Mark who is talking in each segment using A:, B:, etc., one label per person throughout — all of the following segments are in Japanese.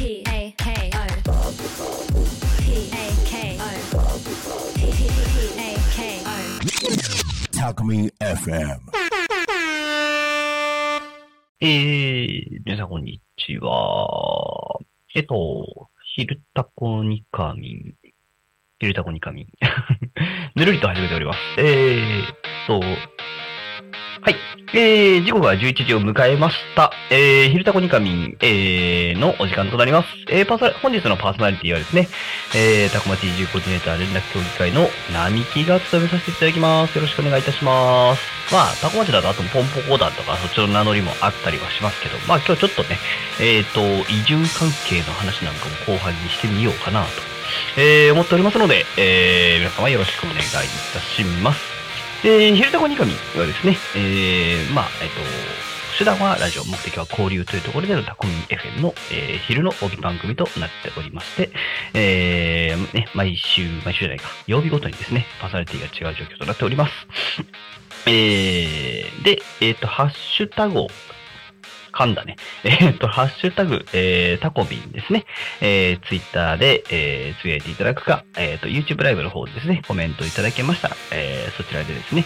A: タコミ FM。
B: 皆さんこんにちは。昼タコニカミン。昼タコニカミン。ぬるりと始めております。はい。時刻は11時を迎えました。昼タコニカミン、のお時間となります。本日のパーソナリティはですね、タコマ TG コーディネーター連絡協議会の並木が務めさせていただきます。よろしくお願いいたします。まあ、タコマチだとあとポンポコ団とかそっちの名乗りもあったりはしますけど、まあ今日ちょっとね、移住関係の話なんかも後半にしてみようかなと、思っておりますので、皆様よろしくお願いいたします。昼タコニカミはですね、手段はラジオ、目的は交流というところでのタコミ FM の、昼の帯番組となっておりまして、毎週じゃないか、曜日ごとにですね、パーソナリティが違う状況となっております。ハッシュタグを噛んだね。ハッシュタグ、タコビンですね。ツイッターで、つぶやいていただくか、YouTube ライブの方でですね、コメントいただけましたら、そちらでですね、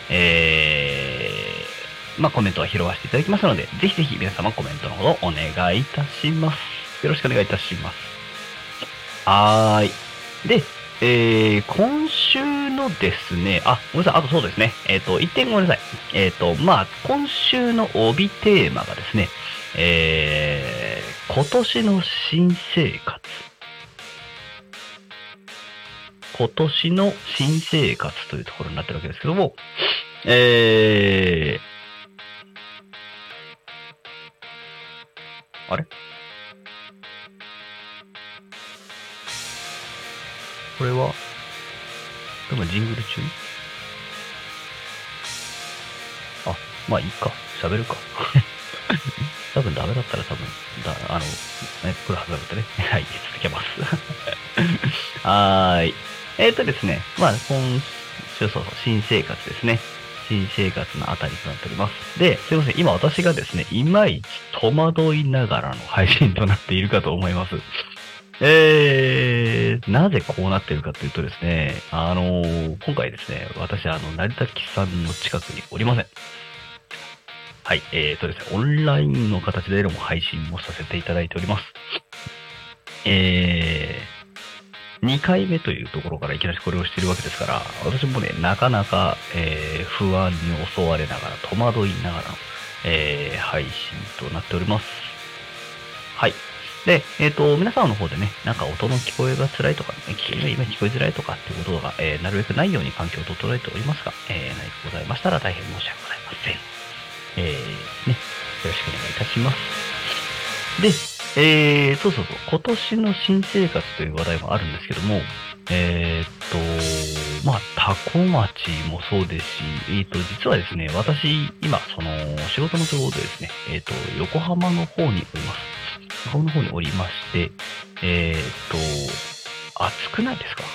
B: コメントは拾わせていただきますので、ぜひぜひ皆様コメントのほどお願いいたします。よろしくお願いいたします。はーい。で、今週のですね、ごめんなさい、あとそうですね、一点ごめんなさい。今週の帯テーマがですね、今年の新生活。今年の新生活というところになってるわけですけども、あれこれは、多分ジングル中まあいいか。喋るか。多分ダメだったらこれ外れてね。はい、続けます。はーい。ですね、今週新生活ですね。新生活のあたりとなっております。で、すいません。今私がですね、いまいち戸惑いながらの配信となっているかと思います。なぜこうなっているかというとですね、今回ですね、私、成崎さんの近くにおりません。はい、ですね、オンラインの形での配信もさせていただいております。2回目というところからいきなりこれをしているわけですから、私もね、なかなか、不安に襲われながら、戸惑いながらの、配信となっております。はい。で、皆様の方でね、なんか音の聞こえが辛いとか、今聞こえづらいとかっていうことが、なるべくないように環境を整えておりますが、何かございましたら大変申し訳ございません。よろしくお願いいたします。で、今年の新生活という話題もあるんですけども、タコ町もそうですし、実はですね、私、今、仕事の都合でですね、横浜の方におります。横浜の方におりまして、暑くないですか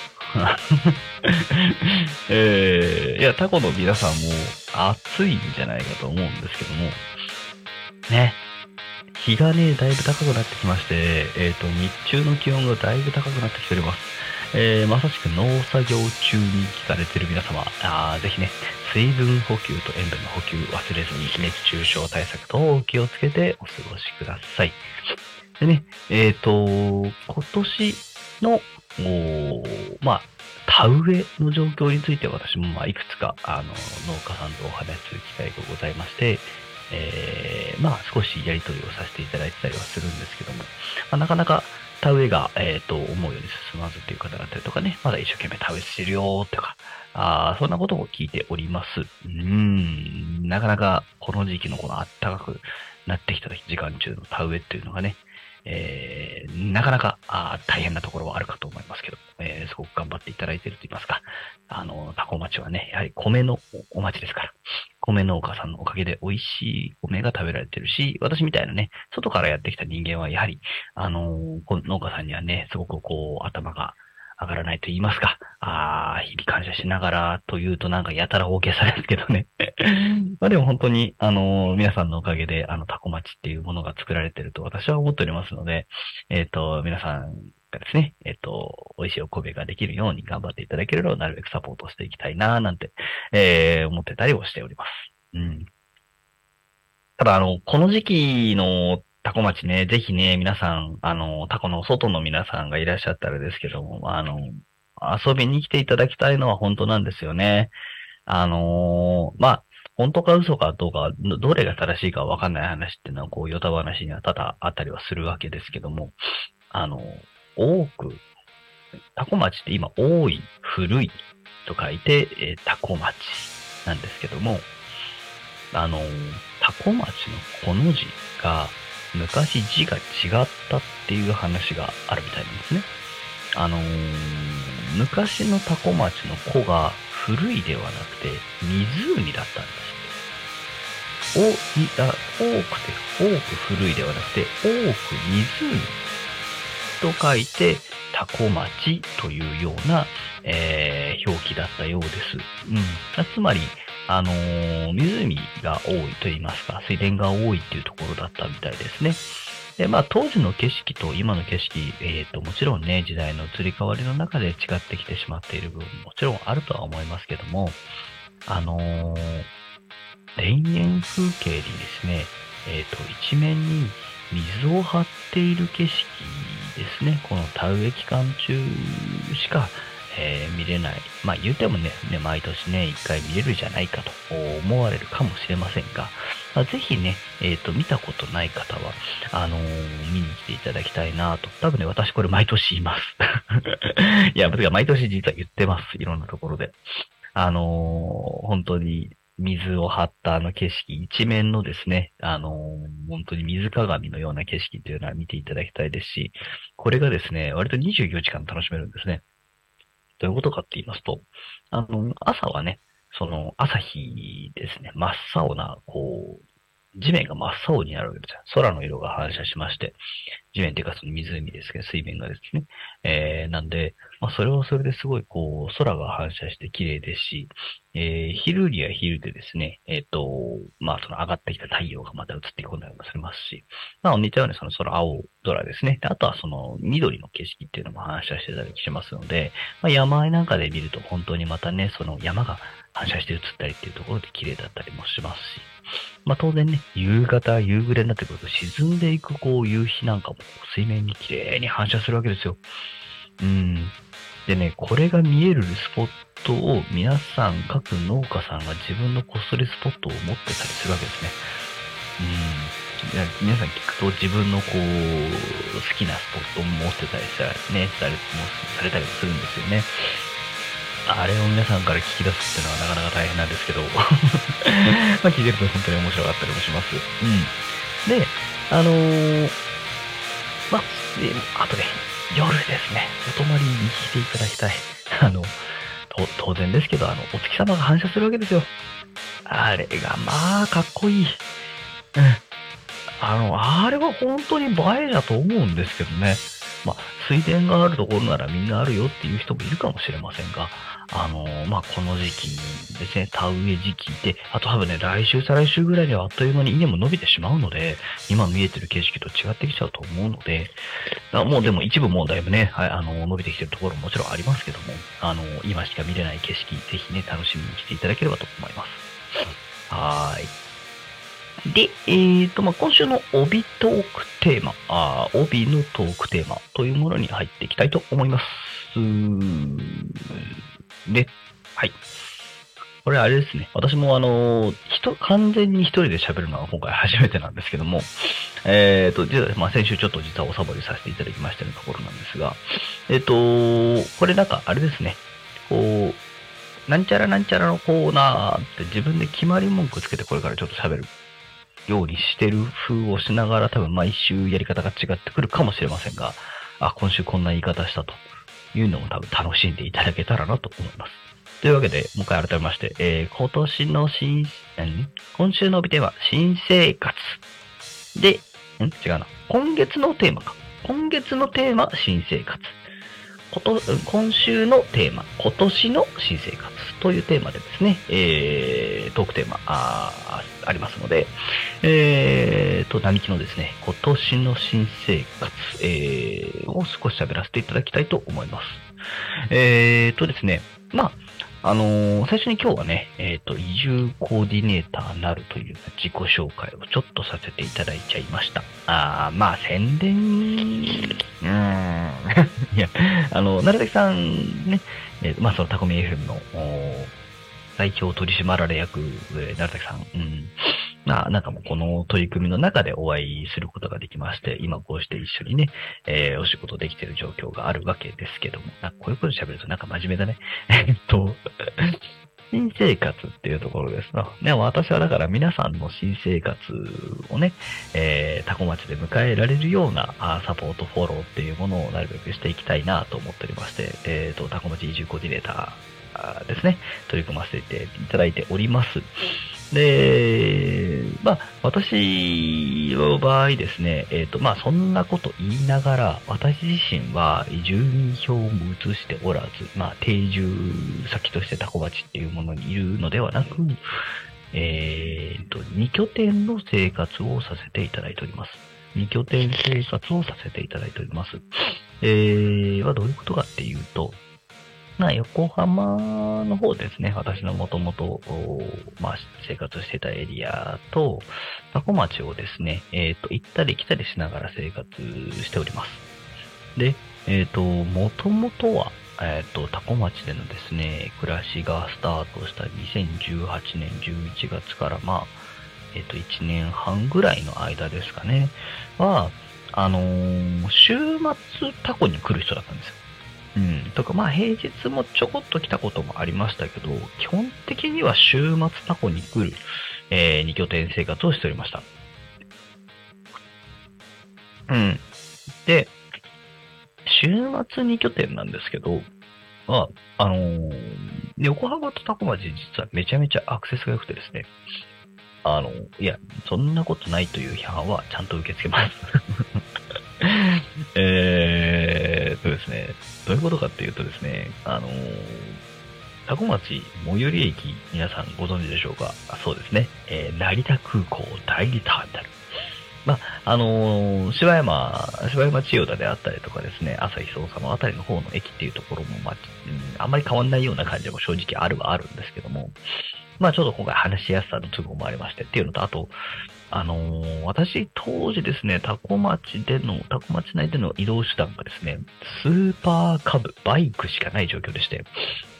B: いや、タコの皆さんも暑いんじゃないかと思うんですけども、ね、日がね、だいぶ高くなってきまして、日中の気温がだいぶ高くなってきております。まさしく農作業中に聞かれている皆様、ぜひね、水分補給と塩分の補給忘れずに熱中症対策等お気をつけてお過ごしください。でね、今年の、田植えの状況について私もいくつか農家さんとお話しする機会がございまして、少しやり取りをさせていただいてたりはするんですけども、なかなか田植えが、思うように進まずっていう方だったりとかね、まだ一生懸命田植えしてるよとか、そんなことを聞いております。なかなかこの時期のこの暖かくなってきた時間中の田植えっていうのがね、なかなか大変なところはあるかと思いますけど、すごく頑張っていただいていると言いますか、タコ町はね、やはり米のお町ですから、米農家さんのおかげで美味しい米が食べられてるし、私みたいなね、外からやってきた人間はやはり、農家さんにはね、すごく頭が上がらないと言いますか。日々感謝しながらというとなんかやたら大げさですけどね。まあでも本当に、皆さんのおかげで、タコ町っていうものが作られていると私は思っておりますので、皆さんがですね、美味しいお米ができるように頑張っていただけるのをなるべくサポートしていきたいななんて、思ってたりをしております。うん。ただ、この時期のタコ町ね、ぜひね、皆さん、タコの外の皆さんがいらっしゃったらですけども、遊びに来ていただきたいのは本当なんですよね。まあ、本当か嘘かどうか、どれが正しいかわかんない話っていうのは、こう、ヨタ話には多々あったりはするわけですけども、あの、多く、タコ町って今、多い、古いと書いて、タコ町なんですけども、あの、タコ町のこの字が、昔字が違ったっていう話があるみたいなんですね。昔のタコ町の子が古いではなくて湖だったんですって。多くて、多く古いではなくて、多く湖と書いて、タコ町というような、表記だったようです。つまり、湖が多いと言いますか、水田が多いっていうところだったみたいですね。で、まあ、当時の景色と今の景色、もちろんね、時代の移り変わりの中で違ってきてしまっている部分もちろんあるとは思いますけども、田園風景にですね、一面に水を張っている景色ですね。この田植え期間中しか、見れない。まあ言うてもね、毎年ね、一回見れるじゃないかと思われるかもしれませんが、ぜひね、見たことない方は、見に来ていただきたいなと。多分ね、私これ毎年言います。いや、僕は毎年実は言ってます。いろんなところで。本当に水を張った景色、一面のですね、本当に水鏡のような景色というのは見ていただきたいですし、これがですね、割と24時間楽しめるんですね。どういうことかって言いますと、朝はね、その朝日ですね、真っ青な、こう、地面が真っ青になるわけですよ。空の色が反射しまして、地面っていうかその湖ですけど、水面がですね。なんで、まあそれはそれですごいこう、空が反射して綺麗ですし、昼には昼でですね、まあその上がってきた太陽がまた映ってこないもしますし、まあ似たようにその青空ですね。であとはその緑の景色っていうのも反射してたりしますので、まあ山あいなんかで見ると本当にまたね、その山が反射して映ったりっていうところで綺麗だったりもしますし、まあ当然ね、夕方、夕暮れになってくると沈んでいくこう夕日なんかも水面に綺麗に反射するわけですよ。でね、これが見えるスポットを皆さん、各農家さんが自分のこっそりスポットを持ってたりするわけですね。皆さん聞くと自分のこう、好きなスポットを持ってたりしたらね、されたりもするんですよね。あれを皆さんから聞き出すっていうのはなかなか大変なんですけど、まあ聞いてると本当に面白かったりもします。で、まあ、あとね、夜ですね、お泊まりに来ていただきたい。当然ですけど、お月様が反射するわけですよ。あれが、まあ、かっこいい。あれは本当に映えだと思うんですけどね。まあ、水田があるところならみんなあるよっていう人もいるかもしれませんが、まあ、この時期ですね、田植え時期で、あと多分ね、来週、再来週ぐらいにはあっという間に稲も伸びてしまうので、今見えてる景色と違ってきちゃうと思うので、もうでも一部もうだいぶね、はい、伸びてきてるところももちろんありますけども、今しか見れない景色、ぜひね、楽しみに来ていただければと思います。はーい。で、まあ、今週の帯トークテーマ、帯のトークテーマというものに入っていきたいと思います。で、はい。これあれですね。私も完全に一人で喋るのは今回初めてなんですけども、実は、まあ、先週ちょっと実はおサボりさせていただきましたところなんですが、これなんかあれですね。こう、なんちゃらなんちゃらのコーナーって自分で決まり文句つけてこれからちょっと喋るようにしてる風をしながら多分毎週やり方が違ってくるかもしれませんが、今週こんな言い方したというのを多分楽しんでいただけたらなと思います。というわけで、もう一回改めまして、今週の帯テーマ、新生活。で、違うな。今月のテーマか。今月のテーマ、新生活。 今週のテーマ、今年の新生活というテーマでですね、トークテーマありますので、並木のですね、今年の新生活、を少し喋らせていただきたいと思います。ですね、最初に今日はね、移住コーディネーターなるという自己紹介をちょっとさせていただいちゃいました。宣伝、いや、なるだけさんね、そのタコミ FM の、代表取締役、なるだけさん、なんかもうこの取り組みの中でお会いすることができまして、今こうして一緒にね、お仕事できている状況があるわけですけども、こういうこと喋るとなんか真面目だね。新生活っていうところですな。でも私はだから皆さんの新生活をね、タコ町で迎えられるようなサポートフォローっていうものをなるべくしていきたいなと思っておりまして、タコ町移住コーディネーターですね、取り組ませていただいております。で、私の場合ですね、そんなこと言いながら、私自身は住民票も移しておらず、定住先としてタコ町っていうものにいるのではなく、2拠点の生活をさせていただいております。2拠点生活をさせていただいております。どういうことかっていうと、横浜の方ですね。私のもともと、生活してたエリアと、タコ町をですね、行ったり来たりしながら生活しております。で、もともとは、タコ町でのですね、暮らしがスタートした2018年11月から、1年半ぐらいの間ですかね、は、週末タコに来る人だったんですよ。とか、平日もちょこっと来たこともありましたけど、基本的には週末タコに来る、2拠点生活をしておりました。で、週末2拠点なんですけど、横浜とタコ町実はめちゃめちゃアクセスが良くてですね、いや、そんなことないという批判はちゃんと受け付けます。ですね、どういうことかっていうとですね、タコ町最寄り駅、皆さんご存知でしょうか？そうですね、成田空港第2ターミナル。芝山千代田であったりとかですね、朝日総佐のあたりの方の駅っていうところも、あんまり変わんないような感じも正直あるはあるんですけども、ちょっと今回話しやすさの都合もありましてっていうのと、あと、私当時ですね、タコ町内での移動手段がですね、スーパーカブ、バイクしかない状況でして、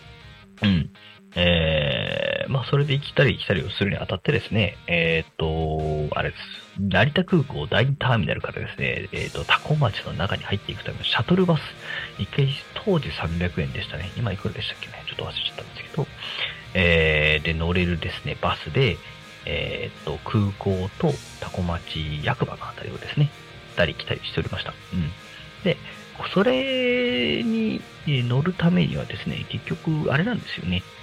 B: それで行ったり来たりをするにあたってですね、あれです。成田空港第2ターミナルからですね、タコ町の中に入っていくためのシャトルバス。一回当時300円でしたね。今いくらでしたっけね。ちょっと忘れちゃったんですけど、で、乗れるですね、バスで、空港とタコ町役場のあたりをですね、行ったり来たりしておりました。で、それに乗るためにはですね、結局、あれなんですよね。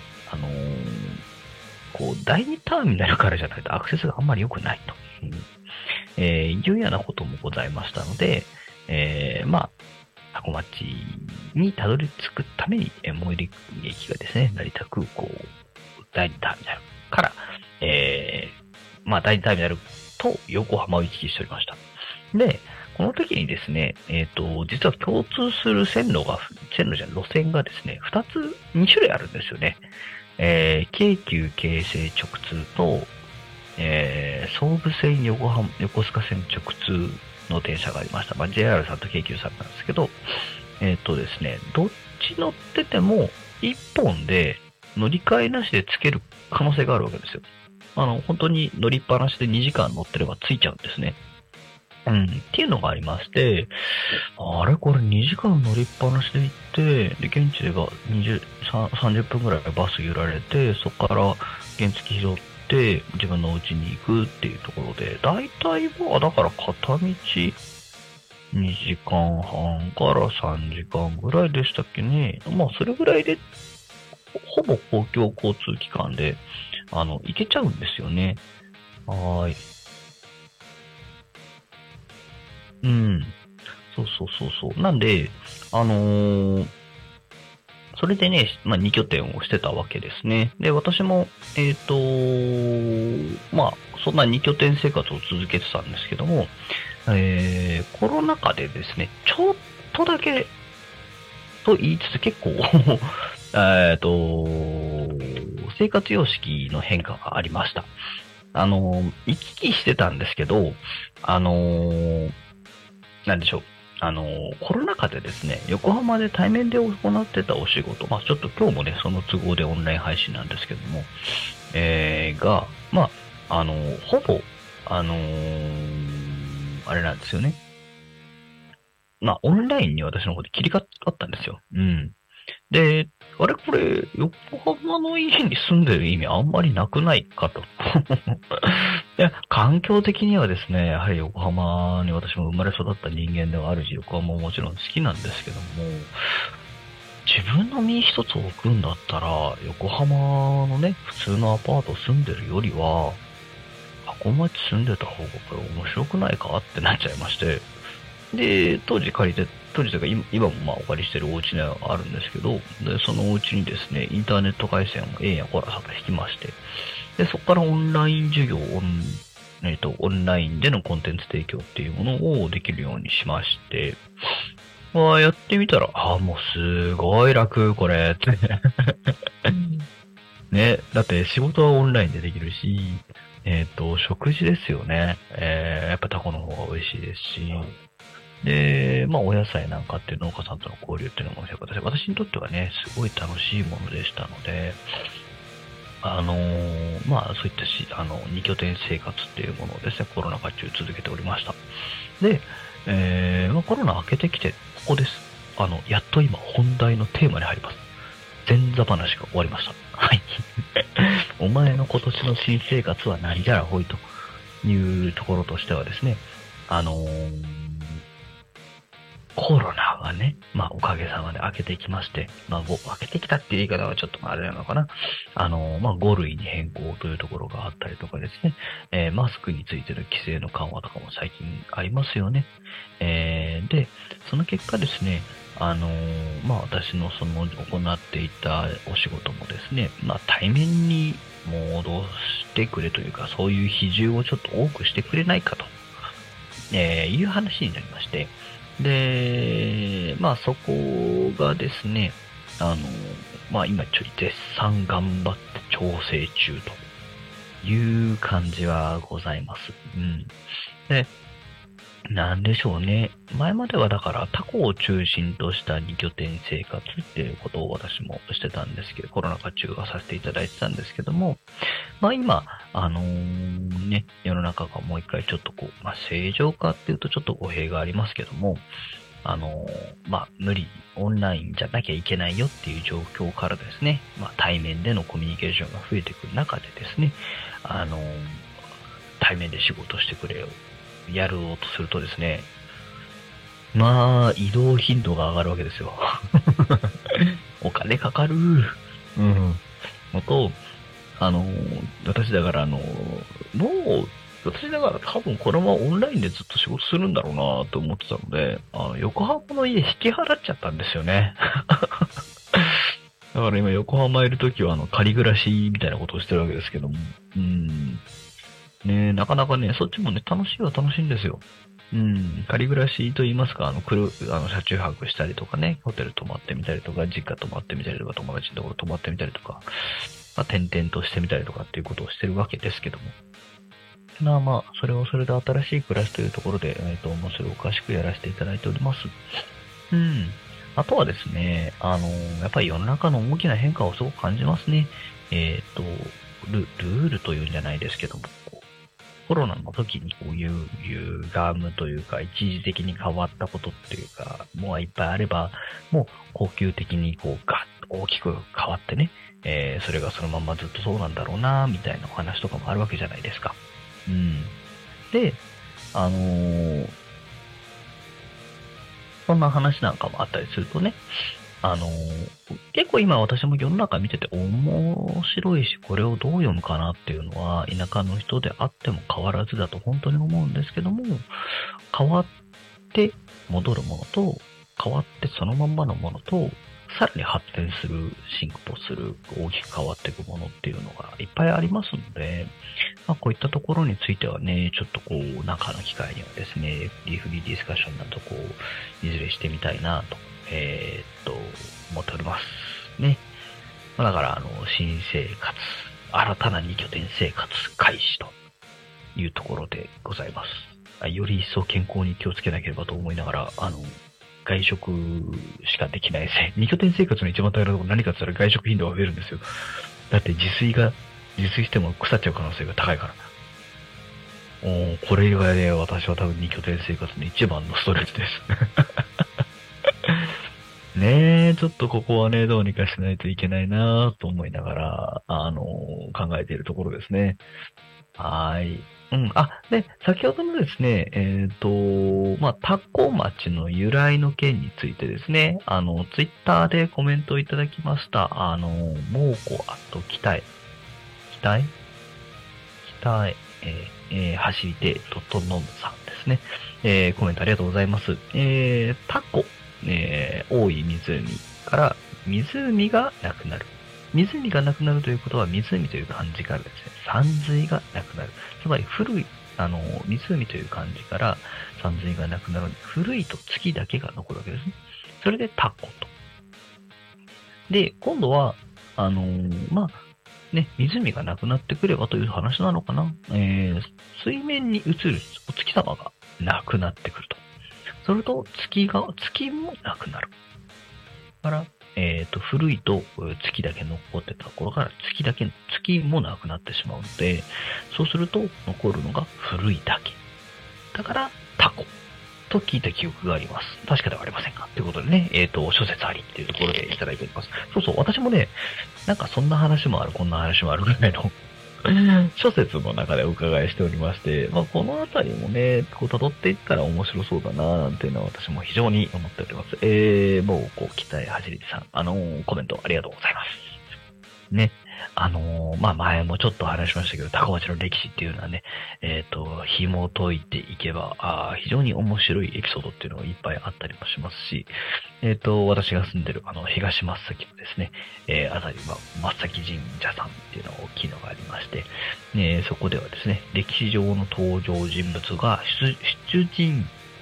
B: 第2ターミナルからじゃないとアクセスがあんまり良くないというようなこともございましたので、タコ町にたどり着くために、最寄り駅がですね、成田空港第2ターミナルから、第2ターミナルと横浜を行き来しておりました。で、この時にですね、実は共通する路線がですね、2種類あるんですよね。京急京成直通と、総武線横須賀線直通の電車がありました。JR さんと京急さんなんですけど、ですね、どっち乗ってても、1本で乗り換えなしでつける可能性があるわけですよ。本当に乗りっぱなしで2時間乗ってればついちゃうんですね。っていうのがありまして、これ2時間乗りっぱなしで行って、で、現地でが30分ぐらいバス揺られて、そこから原付拾って、自分の家に行くっていうところで、だいたいだから片道2時間半から3時間ぐらいでしたっけね。それぐらいで、ほぼ公共交通機関で、行けちゃうんですよね。 そう。なんで、それでね、まあ、2拠点をしてたわけですね。で、私も、まあ、そんな2拠点生活を続けてたんですけども、コロナ禍でですね、ちょっとだけ、と言いつつ結構生活様式の変化がありました。行き来してたんですけど、なんでしょう。コロナ禍でですね、横浜で対面で行ってたお仕事、まあちょっと今日もね、その都合でオンライン配信なんですけども、まあ、ほぼ、あれなんですよね。まあ、オンラインに私の方で切り替わったんですよ。うん。で、あれこれ、横浜の家に住んでる意味あんまりなくないかと。いや、環境的にはですね、やはり横浜に私も生まれ育った人間ではあるし、横浜ももちろん好きなんですけども、自分の身一つ置くんだったら、横浜のね、普通のアパート住んでるよりは、箱町住んでた方がこれ面白くないかってなっちゃいまして、で、当時というか今もまあお借りしてるお家にはあるんですけど、で、そのお家にですね、インターネット回線をやこらさと引きまして、で、そこからオンライン授業、オンラインでのコンテンツ提供っていうものをできるようにしまして、まあ、やってみたら、もうすごい楽、これ、って。ね、だって仕事はオンラインでできるし、食事ですよね。やっぱタコの方が美味しいですし、で、まあ、お野菜なんかっていう農家さんとの交流っていうのも私にとってはね、すごい楽しいものでしたので、まあ、そういった二拠点生活っていうものをですね、コロナ禍中続けておりました。で、まあ、コロナ明けてきて、ここです。やっと今本題のテーマに入ります。前座話が終わりました。はい。お前の今年の新生活は何じゃらほいというところとしてはですね、コロナがね、まあおかげさまで明けてきまして、まあ明けてきたっていう言い方はちょっとあれなのかな。まあ5類に変更というところがあったりとかですね、マスクについての規制の緩和とかも最近ありますよね。で、その結果ですね、まあ私のその行っていたお仕事もですね、まあ対面に戻してくれというか、そういう比重をちょっと多くしてくれないかと、いう話になりまして、で、まあそこがですね、まあ今絶賛頑張って調整中という感じはございます。うん。で、なんでしょうね。前まではだからタコを中心とした二拠点生活っていうことを私もしてたんですけど、コロナ禍中はさせていただいてたんですけども、まあ今、ね、世の中がもう一回ちょっとこう、まあ正常化っていうとちょっと語弊がありますけども、まあオンラインじゃなきゃいけないよっていう状況からですね、まあ対面でのコミュニケーションが増えてくる中でですね、対面で仕事してくれよ。やろうとするとですね、まあ、移動頻度が上がるわけですよ。お金かかる。うん。のと、私だから私だから多分このままオンラインでずっと仕事するんだろうなと思ってたので、横浜の家引き払っちゃったんですよね。だから今横浜いるときは仮暮らしみたいなことをしてるわけですけども。うん。ねなかなかね、そっちもね、楽しいは楽しいんですよ。うん、仮暮らしと言いますか、車中泊したりとかね、ホテル泊まってみたりとか、実家泊まってみたりとか、友達のところ泊まってみたりとか、まあ、転々としてみたりとかっていうことをしてるわけですけども。まあ、それはそれで新しい暮らしというところで、面白おかしくやらせていただいております。うん。あとはですね、やっぱり世の中の大きな変化をすごく感じますね。ルールというんじゃないですけども、コロナの時にこういう歪むというか、一時的に変わったことっていうか、もういっぱいあれば、もう恒久的にこうガッと大きく変わってね、それがそのままずっとそうなんだろうな、みたいなお話とかもあるわけじゃないですか。うん。で、そんな話なんかもあったりするとね、結構今私も世の中見てて面白いし、これをどう読むかなっていうのは、田舎の人であっても変わらずだと本当に思うんですけども、変わって戻るものと、変わってそのまんまのものと、さらに発展する、進歩する、大きく変わっていくものっていうのがいっぱいありますので、こういったところについてはね、ちょっとなんかの機会にはですね、フリーディスカッションなどいずれしてみたいなと、思っております。ね。だから、新生活、新たな2拠点生活開始というところでございます。より一層健康に気をつけなければと思いながら、外食しかできないですね。2拠点生活の一番大変なところ何かって言ったら外食頻度が増えるんですよ。だって自炊しても腐っちゃう可能性が高いから。これがね、私は多分2拠点生活の一番のストレスです。ねえ、ちょっとここはね、どうにかしないといけないなと思いながら、考えているところですね。はーい。うん。で、先ほどのですね、タコ町の由来の件についてですね、ツイッターでコメントをいただきました。猛虎と走り手ノムさんですね。コメントありがとうございます。タコ、多い湖から湖がなくなる。湖がなくなるということは、湖という漢字からですね、山水がなくなる。つまり、古い、湖という漢字から山水がなくなるので、古いと月だけが残るわけですね。それでタコと。で、今度は、湖がなくなってくればという話なのかな。水面に映るお月様がなくなってくると。それと、月もなくなる。だから、古いと月だけ残ってた頃から月もなくなってしまうので、そうすると残るのが古いだけ。だから、タコと聞いた記憶があります。確かではありませんかということでね、諸説ありっていうところでいただいております。そうそう、私もね、なんかそんな話もある、こんな話もあるぐらいの諸説の中でお伺いしておりまして、このあたりもね、辿っていったら面白そうだななんていうのは私も非常に思っております。もう、期待はじりさん、コメントありがとうございます。ね。前もちょっと話しましたけど、高町の歴史っていうのはね、紐解いていけば、非常に面白いエピソードっていうのがいっぱいあったりもしますし、私が住んでる、東松崎のですね、あたりは、松崎神社さんっていうのが大きいのがありまして、そこではですね、歴史上の登場人物が出陣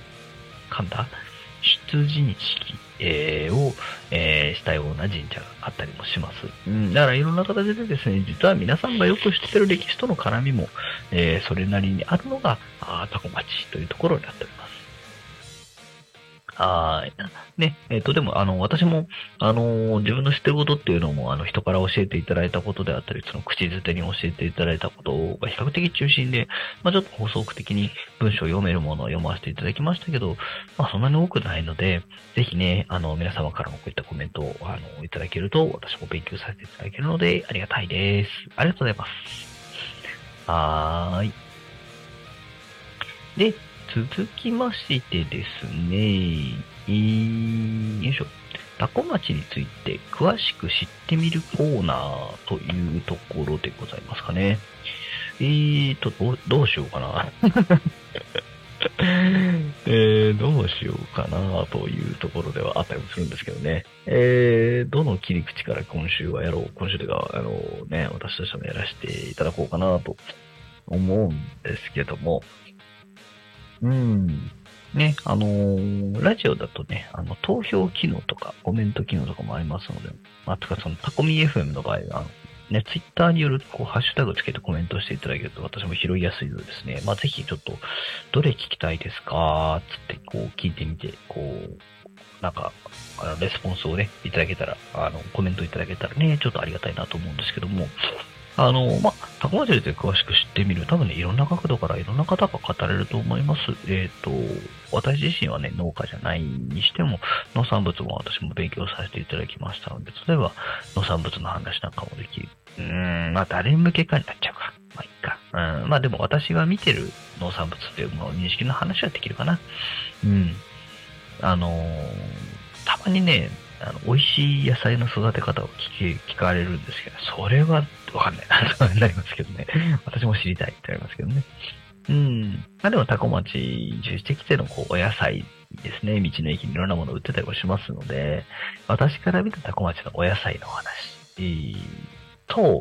B: 式、を、したような神社があったりもします。だからいろんな形でですね、実は皆さんがよく知ってる歴史との絡みも、それなりにあるのが、タコ町というところになっております。ね、でも、私も、自分の知ってることっていうのも、人から教えていただいたことであったり、その口づてに教えていただいたことが比較的中心で、ちょっと補足的に文章を読めるものを読ませていただきましたけど、そんなに多くないので、ぜひね、皆様からもこういったコメントを、いただけると、私も勉強させていただけるので、ありがたいです。ありがとうございます。はーい。で、続きましてですね、よいしょ。タコ町について詳しく知ってみるコーナーというところでございますかね。どうしようかな。どうしようかなというところではあったりもするんですけどね。どの切り口から今週は今週というか、私としてもやらせていただこうかなと思うんですけども、ね、ラジオだとね、投票機能とかコメント機能とかもありますので、とかそのタコミ FM の場合は、ね、ツイッターによる、ハッシュタグつけてコメントしていただけると私も拾いやすいのですね。ぜひちょっと、どれ聞きたいですかつって、聞いてみて、レスポンスをね、いただけたら、コメントいただけたらね、ちょっとありがたいなと思うんですけども、タコ町で詳しく知ってみる。多分ね、いろんな角度からいろんな方が語れると思います。私自身はね、農家じゃないにしても、農産物も私も勉強させていただきましたので、例えば、農産物の話なんかもできる。誰向けかになっちゃうか。いっか。でも私が見てる農産物っていうものを認識の話はできるかな。たまにね、美味しい野菜の育て方を聞かれるんですけど、それはわかんないな、なりますけどね。私も知りたいってなりますけどね。でもタコ町移住してきてのお野菜ですね、道の駅にいろんなものを売ってたりもしますので、私から見たタコ町のお野菜のお話、と、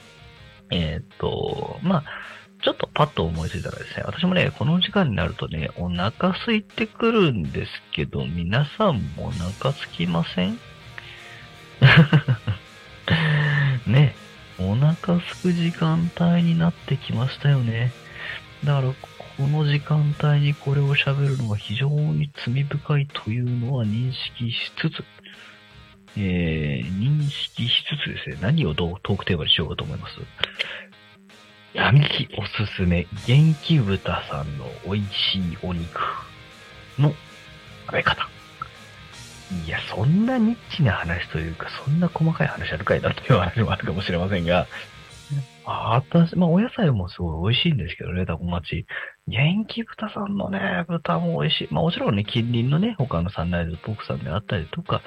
B: まあ、ちょっとパッと思いついたらですね、私もね、この時間になるとね、お腹空いてくるんですけど、皆さんもお腹空きませんね、お腹空く時間帯になってきましたよね。だから、この時間帯にこれを喋るのは非常に罪深いというのは認識しつつ、認識しつつですね、何をトークテーマにしようかと思います。闇きおすすめ、元気豚さんの美味しいお肉の食べ方。いや、そんなニッチな話というか、そんな細かい話あるかいなっていう話もあるかもしれませんが、私、お野菜もすごい美味しいんですけどね、タコ町。元気豚さんのね、豚も美味しい。もちろんね、近隣のね、他のサンライズポークさんであったりとか、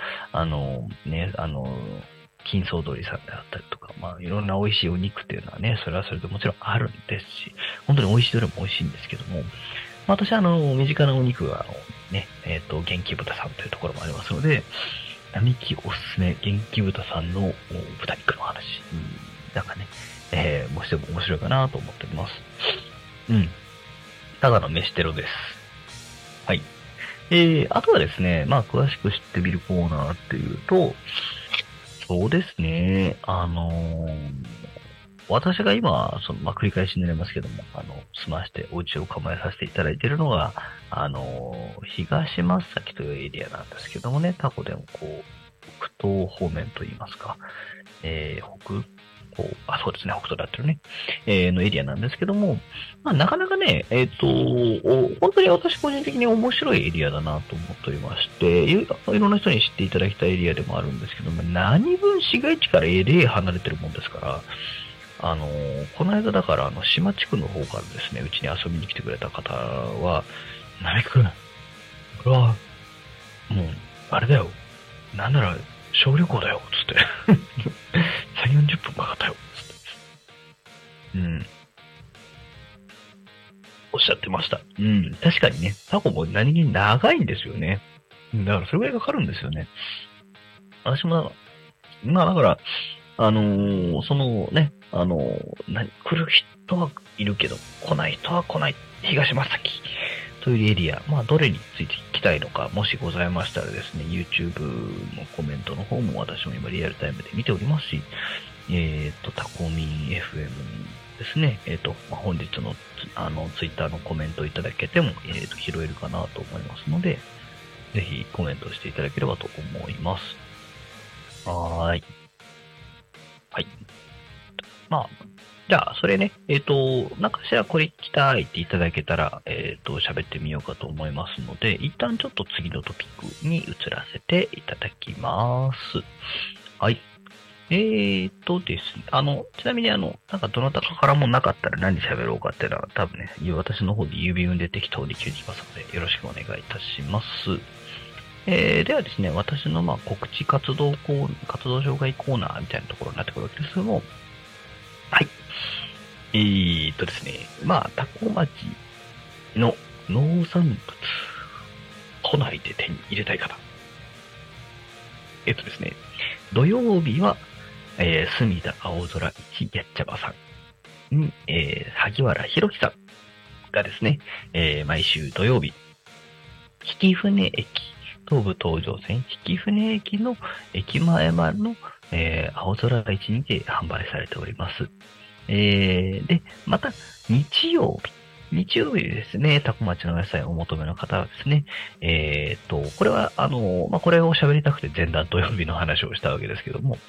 B: 金総鳥さんであったりとか、いろんな美味しいお肉っていうのはね、それはそれでもちろんあるんですし、本当に美味しいどれも美味しいんですけども、私は身近なお肉は、元気豚さんというところもありますので、並木おすすめ元気豚さんの豚肉の話、なんかね、もしても面白いかなと思っております。うん。ただの飯テロです。はい。あとはですね、詳しく知ってみるコーナーっていうと、そうですね、私が今、繰り返しになりますけども、済ましてお家を構えさせていただいているのが、東松崎というエリアなんですけどもね、タコでも北東方面といいますか、そうですね、北東だったらね、のエリアなんですけども、なかなかね、本当に私個人的に面白いエリアだなと思っておりまして、いろんな人に知っていただきたいエリアでもあるんですけども、何分市街地から離れてるもんですから、この間だから、島地区の方からですね、うちに遊びに来てくれた方は、なめくん、これは、もう、あれだよ。なんなら、小旅行だよ、つって。3、40分かかったよ、つって。うん。おっしゃってました。うん。確かにね、タコも何気に長いんですよね。だからそれぐらいかかるんですよね。私も、だから、来る人はいるけど、来ない人は来ない。東松崎というエリア、どれについて聞きたいのか、もしございましたらですね、YouTube のコメントの方も私も今リアルタイムで見ておりますし、タコミン FM ですね、本日の、Twitter のコメントいただけても、拾えるかなと思いますので、ぜひコメントしていただければと思います。はーい。はい。じゃあ、それね、なんかしらこれ聞きたいっていただけたら、喋ってみようかと思いますので、一旦ちょっと次のトピックに移らせていただきます。はい。ですね、ちなみになんかどなたかからもなかったら何喋ろうかっていうのは多分ね、私の方で指運で適当に決めますので、よろしくお願いいたします。ではですね、私の告知活動紹介コーナーみたいなところになってくるわけですけども、はい。ですね、タコ町の農産物、都内で手に入れたい方。ですね、土曜日は、隅田青空一やっちゃばさんに、萩原博樹さんがですね、毎週土曜日、曳舟駅、東武東上線曳舟駅の駅前までの、青空市にて販売されております。で、また、日曜日ですね、タコ町の野菜をお求めの方はですね、これは、これを喋りたくて前段土曜日の話をしたわけですけども、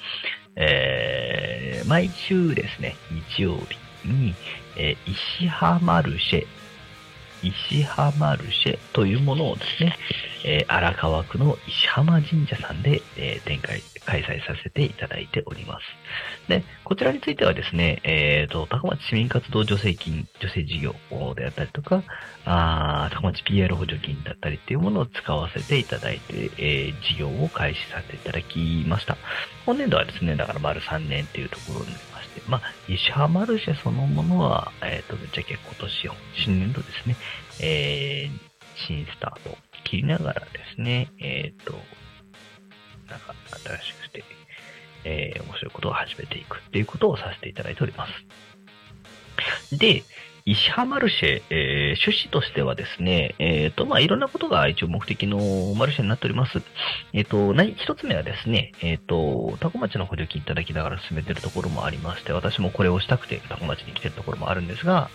B: 毎週ですね、日曜日に、石浜ルシェというものをですね、荒川区の石浜神社さんで、開催させていただいております。で、こちらについてはですね、高松市民活動助成事業であったりとか、高松 PR 補助金だったりっていうものを使わせていただいて、事業を開始させていただきました。今年度はですね、だから丸3年っていうところになりまして、石浜マルシェそのものは、ぶっちゃけ今年、新年度ですね、 新スタートを切りながらですね、なんか新しくて、面白いことを始めていくっていうことをさせていただいております。で、石浜マルシェ、趣旨としてはですね、いろんなことが一応目的のマルシェになっております。一つ目はですね、タコ町の補助金いただきながら進めているところもありまして、私もこれをしたくてタコ町に来てるところもあるんですが、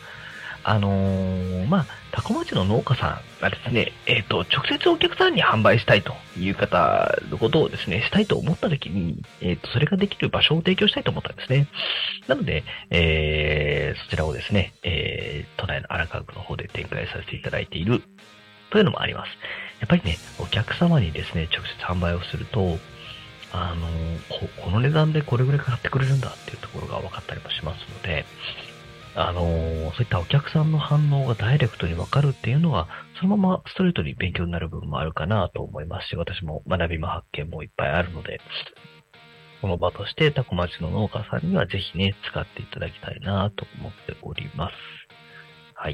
B: タコ町の農家さんがですね、直接お客さんに販売したいという方のことをですね、したいと思ったときに、それができる場所を提供したいと思ったんですね。なので、そちらをですね、都内の荒川区の方で展開させていただいているというのもあります。やっぱりね、お客様にですね、直接販売をすると、この値段でこれぐらい買ってくれるんだっていうところが分かったりもしますので、そういったお客さんの反応がダイレクトにわかるっていうのは、そのままストレートに勉強になる部分もあるかなと思いますし、私も学びも発見もいっぱいあるので、この場としてタコ町の農家さんにはぜひね、使っていただきたいなと思っております。はい。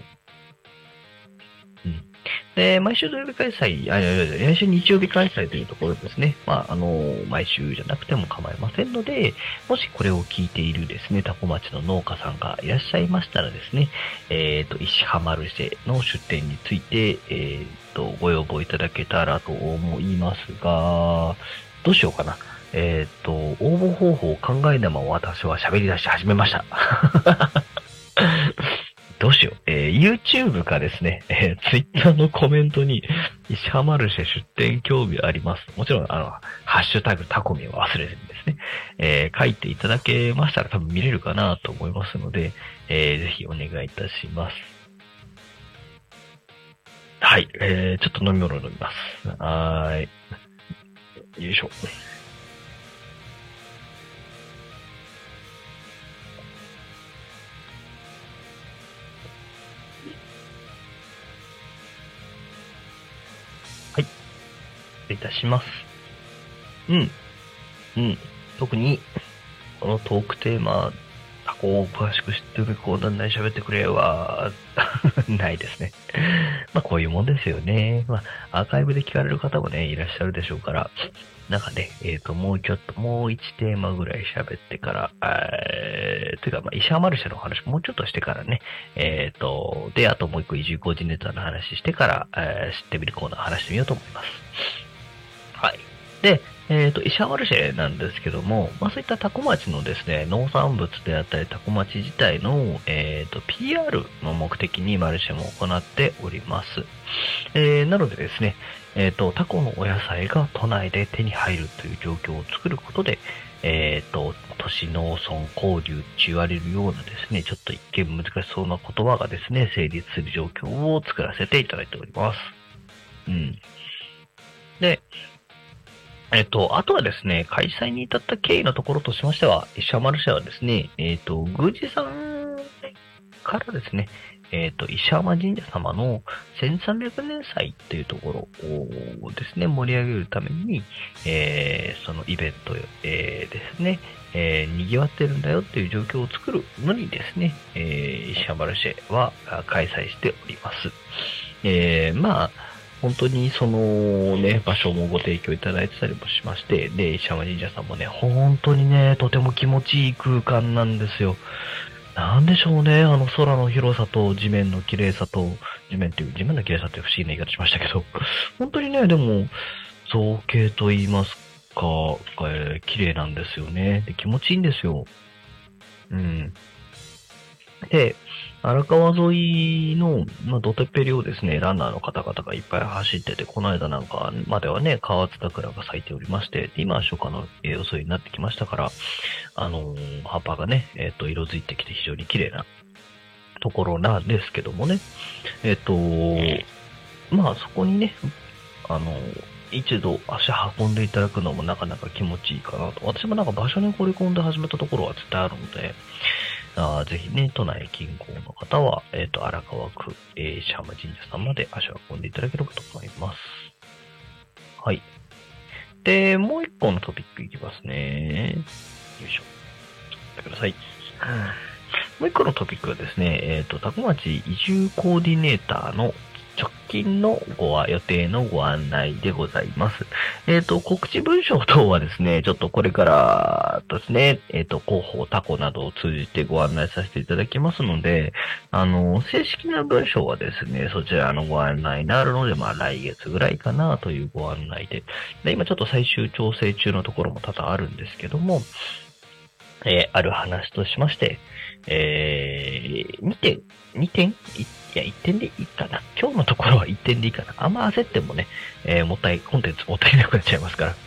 B: で、毎週土曜日開催、来週日曜日開催というところですね。毎週じゃなくても構いませんので、もしこれを聞いているですね、タコ町の農家さんがいらっしゃいましたらですね、石浜マルシェの出店について、ご要望いただけたらと思いますが、どうしようかな。応募方法を考えなまま私は喋り出し始めました。どうしよう。YouTube かですね、Twitter のコメントに、石浜マルシェ出店興味あります。もちろん、ハッシュタグタコミを忘れずにですね、書いていただけましたら多分見れるかなと思いますので、ぜひお願いいたします。はい、ちょっと飲み物飲みます。はーい。よいしょ。はい。失礼いたします。うん。特に、このトークテーマ、タコを詳しく知ってるこうだんだん喋ってくれは、ないですね。こういうもんですよね。アーカイブで聞かれる方もね、いらっしゃるでしょうから、なんかね、もう一テーマぐらい喋ってから、ていうか、石浜マルシェの話もうちょっとしてからね、で、あともう一個移住コーディネーターの話してから、知ってみるコーナー話してみようと思います。はい。で、石浜マルシェなんですけども、そういったタコ町のですね、農産物であったり、タコ町自体の、PR の目的にマルシェも行っております。なのでですね、タコのお野菜が都内で手に入るという状況を作ることで、都市農村交流って言われるようなですね、ちょっと一見難しそうな言葉がですね、成立する状況を作らせていただいております。で、あとはですね、開催に至った経緯のところとしましては、石浜マルシェはですね、宮司さんからですね、石浜神社様の1300年祭っていうところをですね、盛り上げるために、そのイベント、ですね、賑わってるんだよっていう状況を作るのにですね、石浜マルシェは開催しております。本当にそのね、場所もご提供いただいてたりもしまして、で、石浜神社さんもね、本当にね、とても気持ちいい空間なんですよ。なんでしょうね、空の広さと地面の綺麗さと、地面の綺麗さって不思議な言い方しましたけど、本当にね、でも、造形と言いますか、綺麗なんですよね。で、気持ちいいんですよ。で、荒川沿いの、ドテッペリをですね、ランナーの方々がいっぱい走ってて、この間なんかまではね、河津桜が咲いておりまして、今は初夏の様子になってきましたから、葉っぱがね、色づいてきて非常に綺麗なところなんですけどもね、そこにね、一度足運んでいただくのもなかなか気持ちいいかなと。私もなんか場所に掘り込んで始めたところは絶対あるので、ぜひね、都内近郊の方は、荒川区、石浜神社さんまで足を運んでいただければと思います。はい。で、もう一個のトピックいきますね。よいしょ。ちょっと待ってください。もう一個のトピックはですね、タコ町移住コーディネーターの直近の予定のご案内でございます。告知文章等はですね、ちょっとこれからですね、広報タコなどを通じてご案内させていただきますので、正式な文章はですね、そちらのご案内になるので、来月ぐらいかなというご案内で、今ちょっと最終調整中のところも多々あるんですけども、ある話としまして、2点1点でいいかな。今日のところは1点でいいかな。あんま焦ってもね、コンテンツもったいなくなっちゃいますから。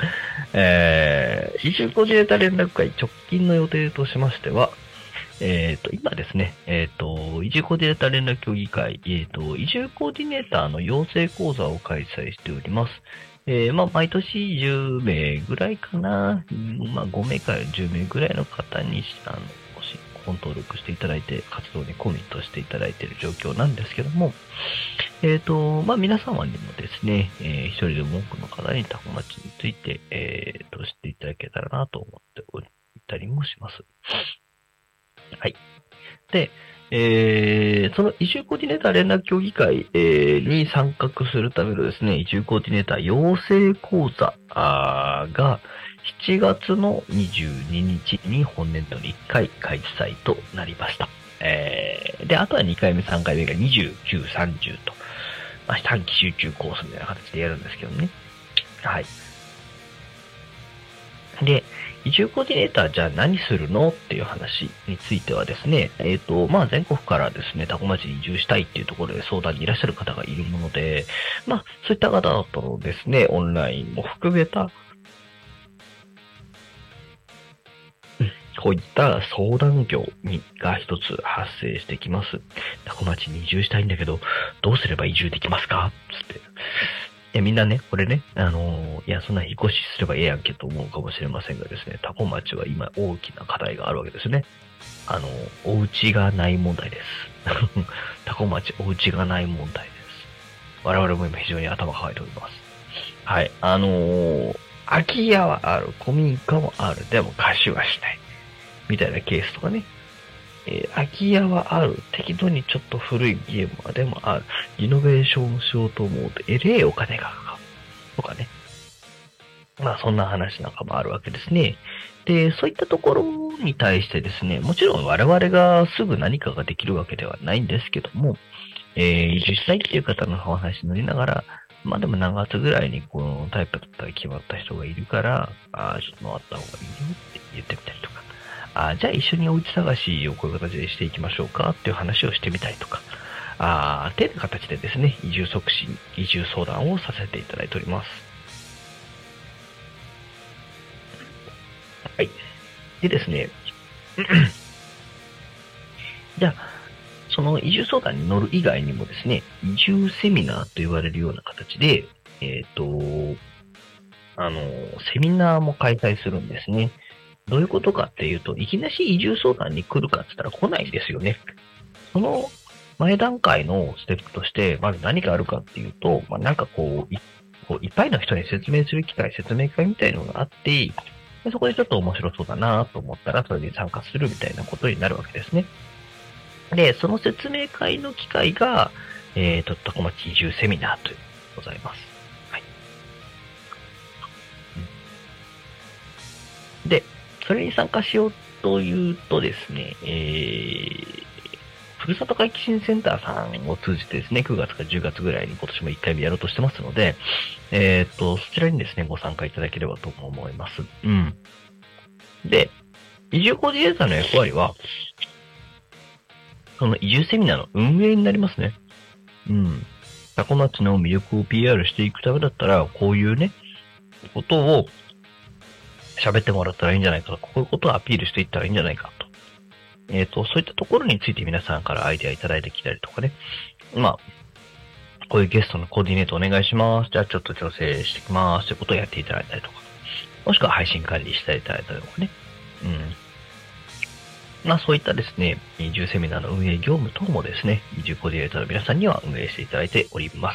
B: 移住コーディネーター連絡会直近の予定としましては、今ですね、移住コーディネーター連絡協議会、移住コーディネーターの養成講座を開催しております。毎年10名ぐらいかな。5名から10名ぐらいの方に、ご登録していただいて、活動にコミットしていただいている状況なんですけども、皆様にもですね、一人でも多くの方にタコ町について、知っていただけたらなと思っておいたりもします。はい。で、その移住コーディネーター連絡協議会、に参画するためのですね、移住コーディネーター養成講座が7月の22日に本年度に1回開催となりました。で、あとは2回目、3回目が29、30と、短期集中コースみたいな形でやるんですけどね。はい。で、移住コーディネーターじゃあ何するのっていう話についてはですね、全国からですね、タコ町に移住したいっていうところで相談にいらっしゃる方がいるもので、そういった方とのですね、オンラインも含めた、こういった相談業が一つ発生してきます。タコ町に移住したいんだけど、どうすれば移住できますかつって。みんなね、これね、そんな引っ越しすればええやんけと思うかもしれませんがですね、タコ町は今大きな課題があるわけですね。お家がない問題です。タコ町お家がない問題です。我々も今非常に頭抱えております。はい。空き家はある、古民家もある、でも貸しはしない。みたいなケースとかね。空き家はある。適度にちょっと古い家もでもある。リノベーションしようと思うと、お金がかかる。とかね。そんな話なんかもあるわけですね。で、そういったところに対してですね、もちろん我々がすぐ何かができるわけではないんですけども、移住したいっていう方のお話に乗りながら、でも何月ぐらいにこのタイプだったら決まった人がいるから、ちょっと回った方がいいよって言ってみたりとか。じゃあ一緒にお家探しをこういう形でしていきましょうかっていう話をしてみたりとか、っていう形でですね、移住促進、移住相談をさせていただいております。はい。でですね、じゃあ、その移住相談に乗る以外にもですね、移住セミナーと言われるような形で、セミナーも開催するんですね。どういうことかっていうと、いきなし移住相談に来るかって言ったら来ないんですよね。その前段階のステップとして、まず何があるかっていうと、いっぱいの人に説明する機会、説明会みたいなのがあって、でそこでちょっと面白そうだなと思ったら、それに参加するみたいなことになるわけですね。で、その説明会の機会が、タコ町移住セミナーというございます。はい。で、それに参加しようというとですね、ふるさと回帰支援センターさんを通じてですね、9月か10月ぐらいに今年も1回目やろうとしてますので、そちらにですね、ご参加いただければと思います。うん。で、移住コーディネーターの役割は、その移住セミナーの運営になりますね。うん。タコ町の魅力を PR していくためだったら、こういうね、ことを喋ってもらったらいいんじゃないかと、こういうことをアピールしていったらいいんじゃないかと。そういったところについて皆さんからアイデアいただいてきたりとかね。こういうゲストのコーディネートお願いします。じゃあちょっと調整してきます。ということをやっていただいたりとか。もしくは配信管理していただいたりとかね。そういったですね、移住セミナーの運営業務等もですね、移住コーディネーターの皆さんには運営していただいております。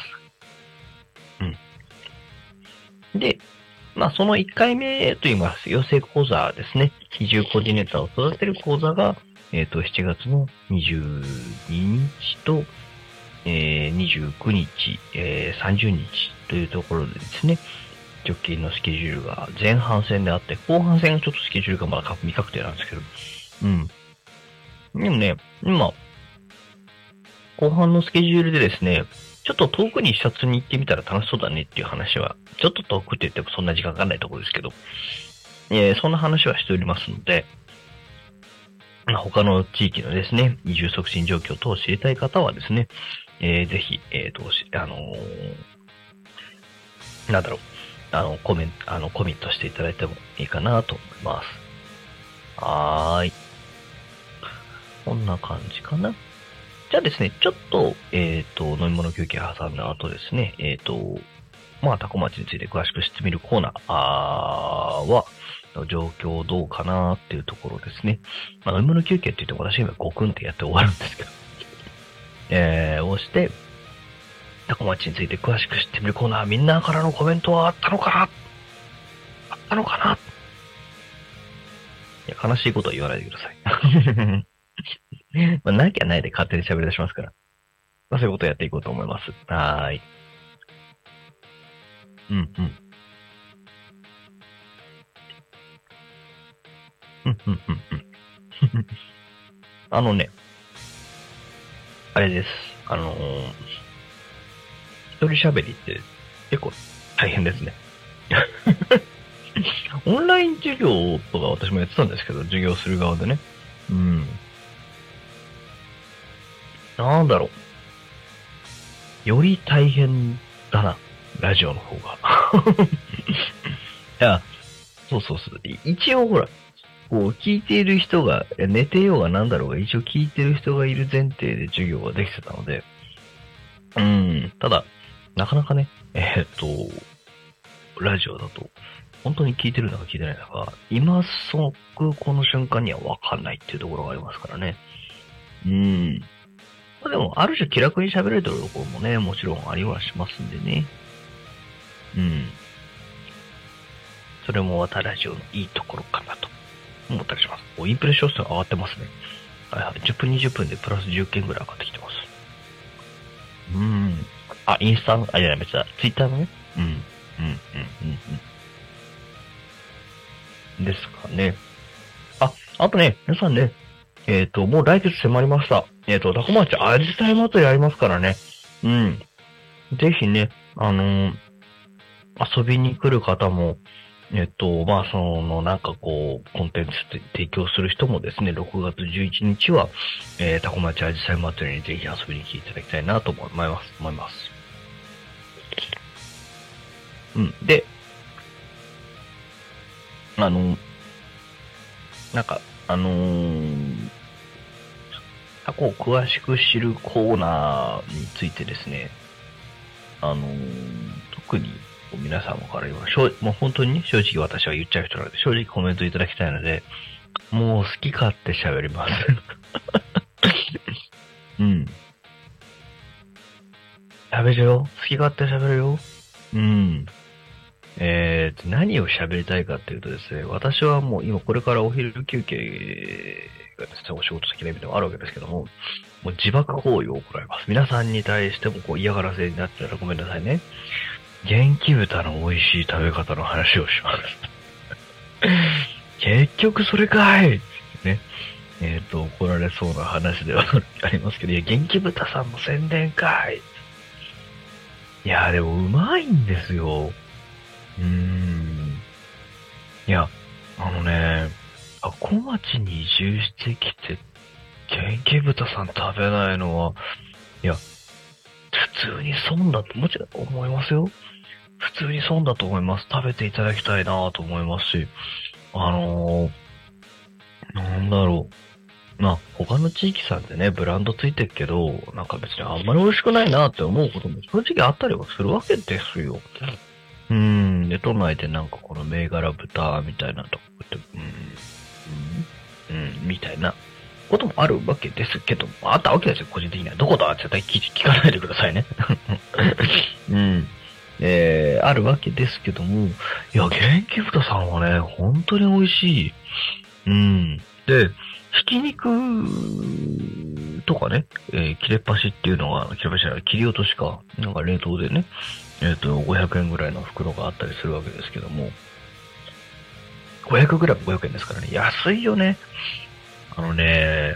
B: で、その1回目といいます、養成講座ですね、移住コーディネーターを育てる講座が、7月の22日と 29日、30日というところでですね、直近のスケジュールが前半戦であって、後半戦がちょっとスケジュールがまだ未確定なんですけど、うん。でもね、今、後半のスケジュールでですね、ちょっと遠くに視察に行ってみたら楽しそうだねっていう話は、ちょっと遠くって言ってもそんな時間かかんないところですけど、そんな話はしておりますので、他の地域のですね、移住促進状況等を知りたい方はですね、ぜひ、なんだろう、コメントしていただいてもいいかなと思います。はーい。こんな感じかな。じゃあですね、ちょっと、飲み物休憩挟んだ後ですね、タコ町について詳しく知ってみるコーナーは、状況どうかなっていうところですね。飲み物休憩って言っても私今ゴクンってやって終わるんですけど、をして、タコ町について詳しく知ってみるコーナー、みんなからのコメントはあったのかな悲しいことは言わないでください。なきゃないで勝手に喋り出しますから。そういうことをやっていこうと思います。はーい。うんうん。うんうんうんうん。あれです。一人喋りって結構大変ですね。オンライン授業とか私もやってたんですけど、授業する側でね。うん。なんだろう。より大変だな。ラジオの方が。いや、そう。一応ほら、こう、聞いている人が、寝てようがなんだろうが、一応聞いてる人がいる前提で授業ができてたので、ただ、なかなかね、ラジオだと、本当に聞いてるのか聞いてないのか、今即この瞬間にはわかんないっていうところがありますからね。でも、ある種気楽に喋れるところもね、もちろんありはしますんでね。それもまたラジオのいいところかなと思ったりします。インプレッション数が上がってますね。はいはい。10分20分でプラス10件ぐらい上がってきてます。インスタの、じゃない、別にツイッターのね。ですかね。あとね、皆さんね、もう来月迫りました。タコ町アジサイ祭りやりますからね。ぜひね、遊びに来る方も、なんかこう、コンテンツ提供する人もですね、6月11日は、タコ町アジサイ祭りにぜひ遊びに来ていただきたいなと思います。で、タコを詳しく知るコーナーについてですね、特に皆様からもう本当にね、正直私は言っちゃう人なので、正直コメントいただきたいので、もう好き勝手喋ります。喋るよ。好き勝手喋るよ。何を喋りたいかっていうとですね、私はもう今これからお昼休憩がですね、お仕事先の意味でもあるわけですけども、もう自爆行為を行います。皆さんに対してもこう嫌がらせになってたらごめんなさいね。元気豚の美味しい食べ方の話をします。結局それかいね。怒られそうな話ではありますけど、いや、元気豚さんの宣伝かい。いや、でもうまいんですよ。いや、タコ町に移住してきて、元気豚さん食べないのは、いや、普通に損だと、もちろん思いますよ。普通に損だと思います。食べていただきたいなと思いますし、なんだろう。他の地域さんでね、ブランドついてるけど、なんか別にあんまり美味しくないなって思うことも正直あったりはするわけですよ。で、都内でなんかこの銘柄豚みたいなとこって、みたいなこともあるわけですけども、あったわけですよ、個人的には。どこだ絶対聞かないでくださいね。あるわけですけども、いや、元気豚さんはね、本当に美味しい。 で、ひき肉とかね、切れっ端っていうのが、切れっ端じゃない、切り落としか、なんか冷凍でね、500円ぐらいの袋があったりするわけですけども、500g 500円ですからね、安いよね。あのね、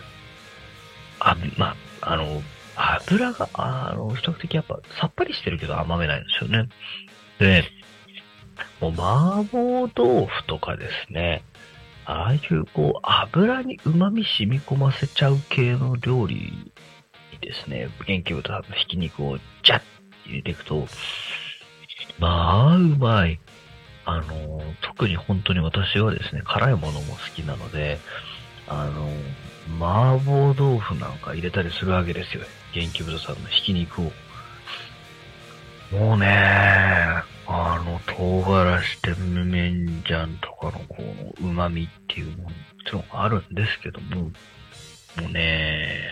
B: 油が、比較的やっぱさっぱりしてるけど甘めないんですよね。で、もう麻婆豆腐とかですね、ああいうこう油に旨味染み込ませちゃう系の料理にですね、元気豚のひき肉をジャッ入れていくと、まあ、うまい。特に本当に私はですね、辛いものも好きなので、麻婆豆腐なんか入れたりするわけですよ。元気豚さんのひき肉を。もうね、唐辛子天麺醤とかのこの旨味っていうものがあるんですけども、もうね、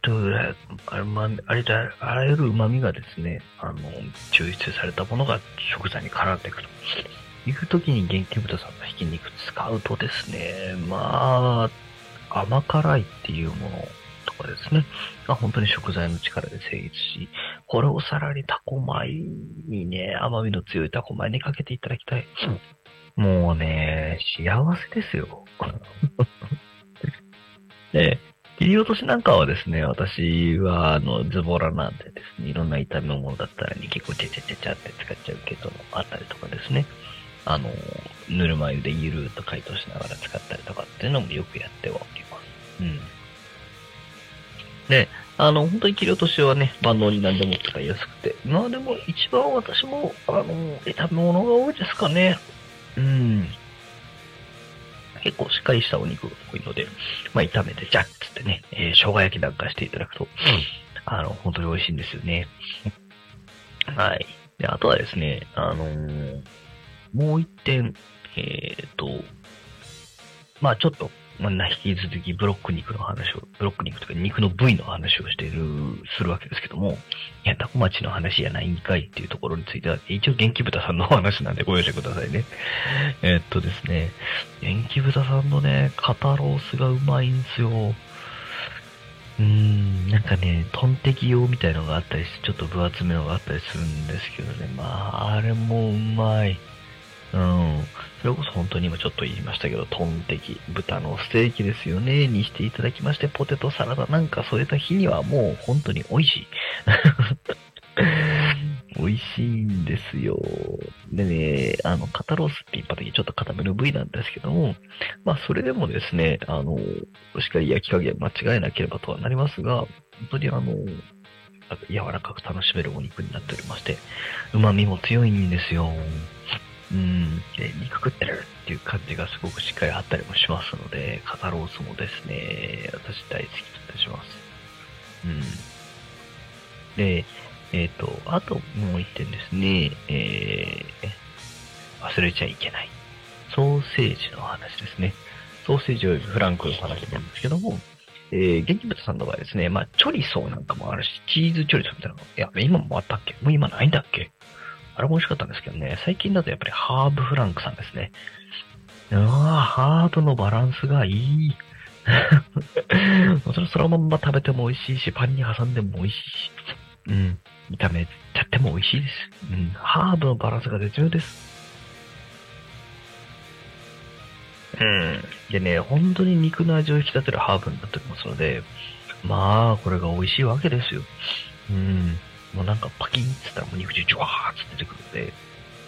B: あらゆる旨味がですね、抽出されたものが食材に絡んでいくという時に元気豚さんのひき肉使うとですね、まあ、甘辛いっていうものとかですね、本当に食材の力で成立し、これをさらにタコ米にね、甘みの強いタコ米にかけていただきたい。もうね、幸せですよ。で、切り落としなんかはですね、私はズボラなんでですね、いろんな炒め物だったらに結構チェチェチェチャって使っちゃうけどもあったりとかですね、ぬるま湯でゆるーっと解凍しながら使ったりとかっていうのもよくやってはおります。うん。で、本当に切り落としはね、万能に何でも使いやすくて、まあでも一番私も、炒め物が多いですかね。うん。結構しっかりしたお肉が多いので、まあ炒めてジャッつってね、生姜焼きなんかしていただくと、本当に美味しいんですよね。はい。で、あとはですね、もう一点、まあちょっと、引き続きブロック肉とか肉の部位の話をするわけですけども、いや、タコ町の話じゃないんかいっていうところについては、一応元気豚さんのお話なんでご容赦くださいね。ですね、元気豚さんのね、肩ロースがうまいんですよ。なんかね、トンテキ用みたいのがあったりして、ちょっと分厚めのがあったりするんですけどね、まあ、あれもうまい。うん。それこそ本当に今ちょっと言いましたけど、トンテキ、豚のステーキですよね、にしていただきまして、ポテトサラダなんか添えた日にはもう本当に美味しい。美味しいんですよ。でね、肩ロースって一般的にちょっと固めの部位なんですけども、まあそれでもですね、しっかり焼き加減間違えなければとはなりますが、本当に柔らかく楽しめるお肉になっておりまして、旨味も強いんですよ。で、肉食ってるっていう感じがすごくしっかりあったりもしますので、肩ロースもですね、私大好きだったりします。うん。で、あともう一点ですね、忘れちゃいけない。ソーセージの話ですね。ソーセージおよびフランクの話なんですけども、元気豚さんの場合ですね、まあ、チョリソーなんかもあるし、チーズチョリソーみたいなの。いや、今もあったっけ？もう今ないんだっけ？あれも美味しかったんですけどね、最近だとやっぱりハーブフランクさんですね。ハーブのバランスがいい。そのまんま食べても美味しいし、パンに挟んでも美味しいし、炒めちゃっても美味しいです。ハーブのバランスが絶妙です。でね、本当に肉の味を引き立てるハーブになっておりますので、まあ、これが美味しいわけですよ。もうなんかパキンって言ったらもう肉汁ジュワーって出てくるので、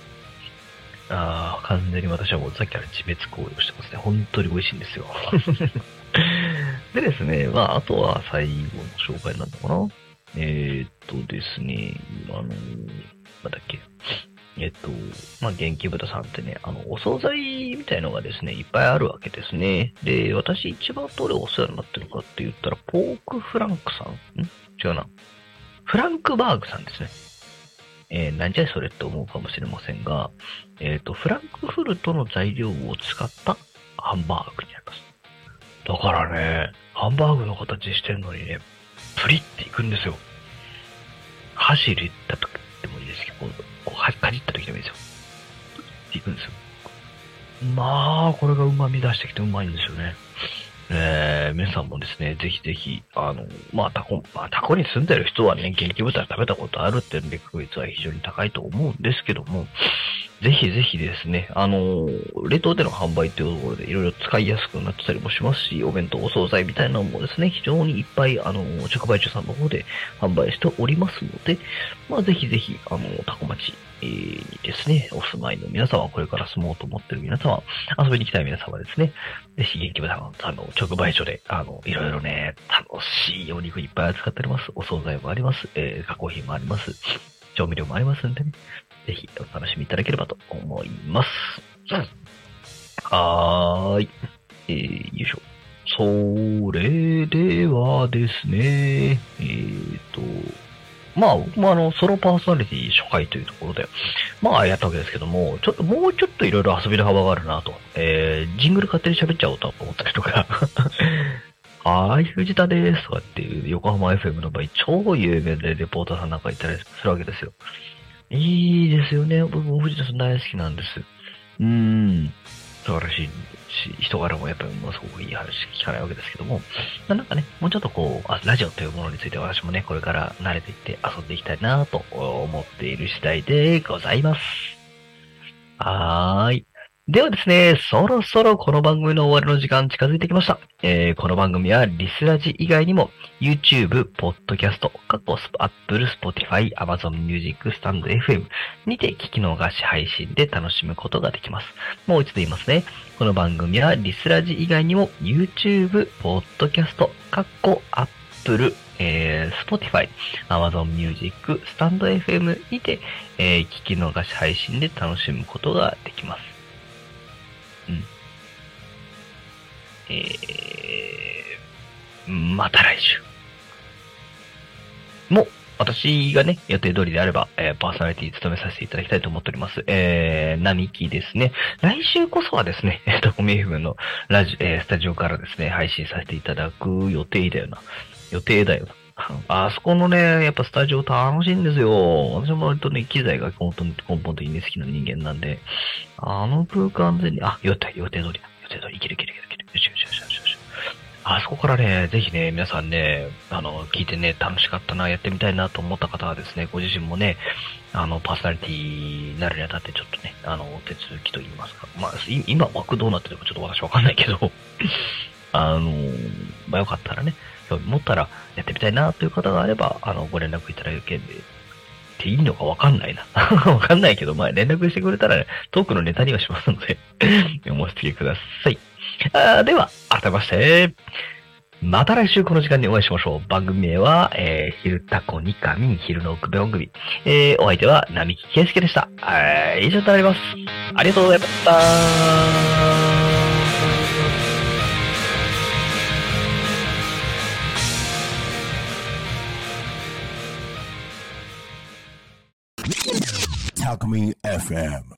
B: 完全に私はもうさっきから自滅行為をしてますね。本当に美味しいんですよ。でですね、まあ、あとは最後の紹介になるのかな。ですね、なんだっけ。まあ、元気豚さんってね、お惣菜みたいのがですね、いっぱいあるわけですね。で、私一番どれお世話になってるかって言ったら、ポークフランクさん違うな。フランクバーグさんですね。なんじゃそれって思うかもしれませんが、フランクフルトの材料を使ったハンバーグになります。だからね、ハンバーグの形してるのにね、プリっていくんですよ。箸入れた時でもいいですけど、かじった時でもいいですよ。っていくんですよ。まあ、これが旨味出してきてうまいんですよね。 皆さんもですね、ぜひぜひ、タコに住んでる人はね、元気豚食べたことあるっていう確率は非常に高いと思うんですけども、ぜひぜひですね、冷凍での販売っていうところでいろいろ使いやすくなってたりもしますし、お弁当、お惣菜みたいなのもですね、非常にいっぱい、直売所さんの方で販売しておりますので、ぜひぜひ、タコ町にですね、お住まいの皆様、これから住もうと思ってる皆様、遊びに来たい皆様ですね、ぜひ元気豚さんの直売所で、いろいろね、楽しいお肉いっぱい扱っております。お惣菜もあります。加工品もあります。調味料もありますんでね、ぜひお楽しみいただければと思います。はーい。よいしょ。それではですね、僕もソロパーソナリティ初回というところで、やったわけですけども、もうちょっといろいろ遊びの幅があるなと、ジングル勝手に喋っちゃおうと思ったりとか、はい、藤田ですとかっていう横浜 FM の場合、超有名でレポーターさんなんかいたりするわけですよ。いいですよね。僕も藤田さん大好きなんです。素晴らしいし、人柄もやっぱりものすごくいい話聞かないわけですけども、なんかね、もうちょっとラジオというものについて私もね、これから慣れていって遊んでいきたいなと思っている次第でございます。はーい。ではですね、そろそろこの番組の終わりの時間近づいてきました。この番組はリスラジ以外にも YouTube、Podcast、Apple、Spotify、Amazon Music、StandFM にて聞き逃し配信で楽しむことができます。もう一度言いますね。この番組はリスラジ以外にも YouTube、Podcast、Apple、Spotify、Amazon Music、StandFM にて、聞き逃し配信で楽しむことができます。また来週。も、私がね、予定通りであれば、パーソナリティ務めさせていただきたいと思っております。並木ですね。来週こそはですね、コミ FM のスタジオからですね、配信させていただく予定だよな。あそこのね、やっぱスタジオ楽しいんですよ。私も割とね、機材が根本的に好きな人間なんで、あの空間でね、予定通りだ。いける。よし。あそこからね、ぜひね、皆さんね、聞いてね、楽しかったな、やってみたいなと思った方はですね、ご自身もね、パーソナリティになるにあたってちょっとね、手続きと言いますか。今枠どうなってるかちょっと私わかんないけど、よかったらね、興味持ったらやってみたいなという方があれば、ご連絡いただけるっていいのかわかんないな。わかんないけど、連絡してくれたらね、トークのネタにはしますので、お申し付けください。では、改めまして、また来週この時間にお会いしましょう。番組名は、昼タコにかみん昼の奥番組。お相手は、並木圭介でした。以上となります。ありがとうございました。
A: Talk Me FM